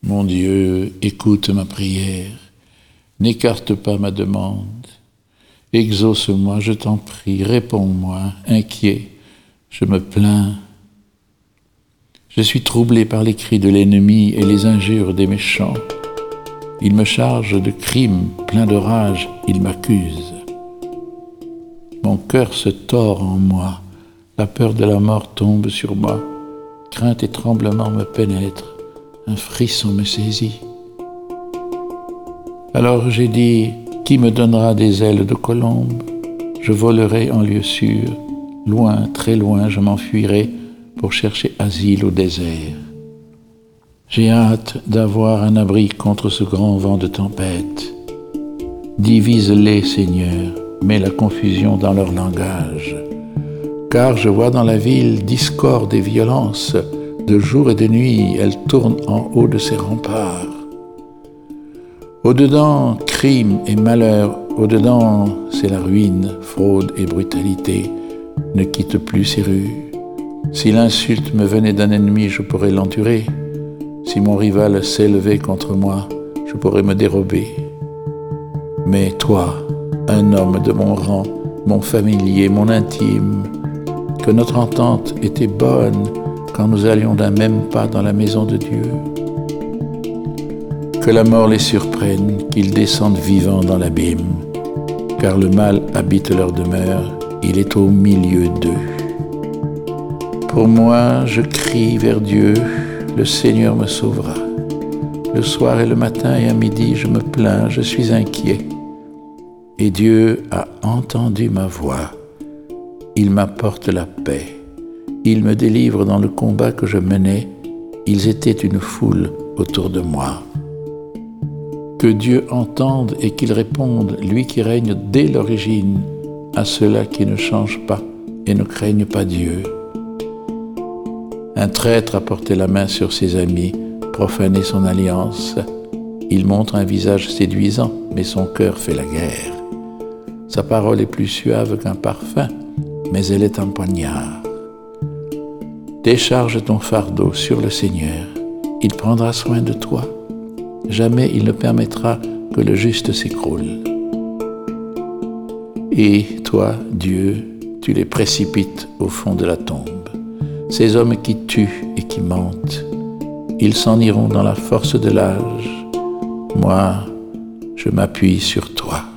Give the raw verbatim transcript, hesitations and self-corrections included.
Mon Dieu, écoute ma prière, n'écarte pas ma demande. Exauce-moi, je t'en prie, réponds-moi, inquiet, je me plains. Je suis troublé par les cris de l'ennemi et les injures des méchants. Il me charge de crimes, plein de rage, il m'accuse. Mon cœur se tord en moi, la peur de la mort tombe sur moi, crainte et tremblement me pénètrent, un frisson me saisit. Alors j'ai dit, qui me donnera des ailes de colombe? Je volerai en lieu sûr, loin, très loin, je m'enfuirai pour chercher asile au désert. J'ai hâte d'avoir un abri contre ce grand vent de tempête. Divise-les, Seigneur, mets la confusion dans leur langage. Car je vois dans la ville discorde et violence, de jour et de nuit, elle tourne en haut de ses remparts. Au-dedans, crime et malheur, au-dedans, c'est la ruine, fraude et brutalité, ne quitte plus ses rues. Si l'insulte me venait d'un ennemi, je pourrais l'endurer. Si mon rival s'élevait contre moi, je pourrais me dérober. Mais toi, un homme de mon rang, mon familier, mon intime, que notre entente était bonne quand nous allions d'un même pas dans la maison de Dieu. Que la mort les surprenne, qu'ils descendent vivants dans l'abîme, car le mal habite leur demeure, il est au milieu d'eux. Pour moi, je crie vers Dieu, le Seigneur me sauvera. Le soir et le matin et à midi, je me plains, je suis inquiet. Et Dieu a entendu ma voix. Il m'apporte la paix. Il me délivre dans le combat que je menais. Ils étaient une foule autour de moi. Que Dieu entende et qu'il réponde, lui qui règne dès l'origine, à ceux-là qui ne changent pas et ne craignent pas Dieu. Un traître a porté la main sur ses amis, profané son alliance. Il montre un visage séduisant, mais son cœur fait la guerre. Sa parole est plus suave qu'un parfum, mais elle est un poignard. Décharge ton fardeau sur le Seigneur, il prendra soin de toi. Jamais il ne permettra que le juste s'écroule. Et toi, Dieu, tu les précipites au fond de la tombe. Ces hommes qui tuent et qui mentent, ils s'en iront dans la force de l'âge. Moi, je m'appuie sur toi.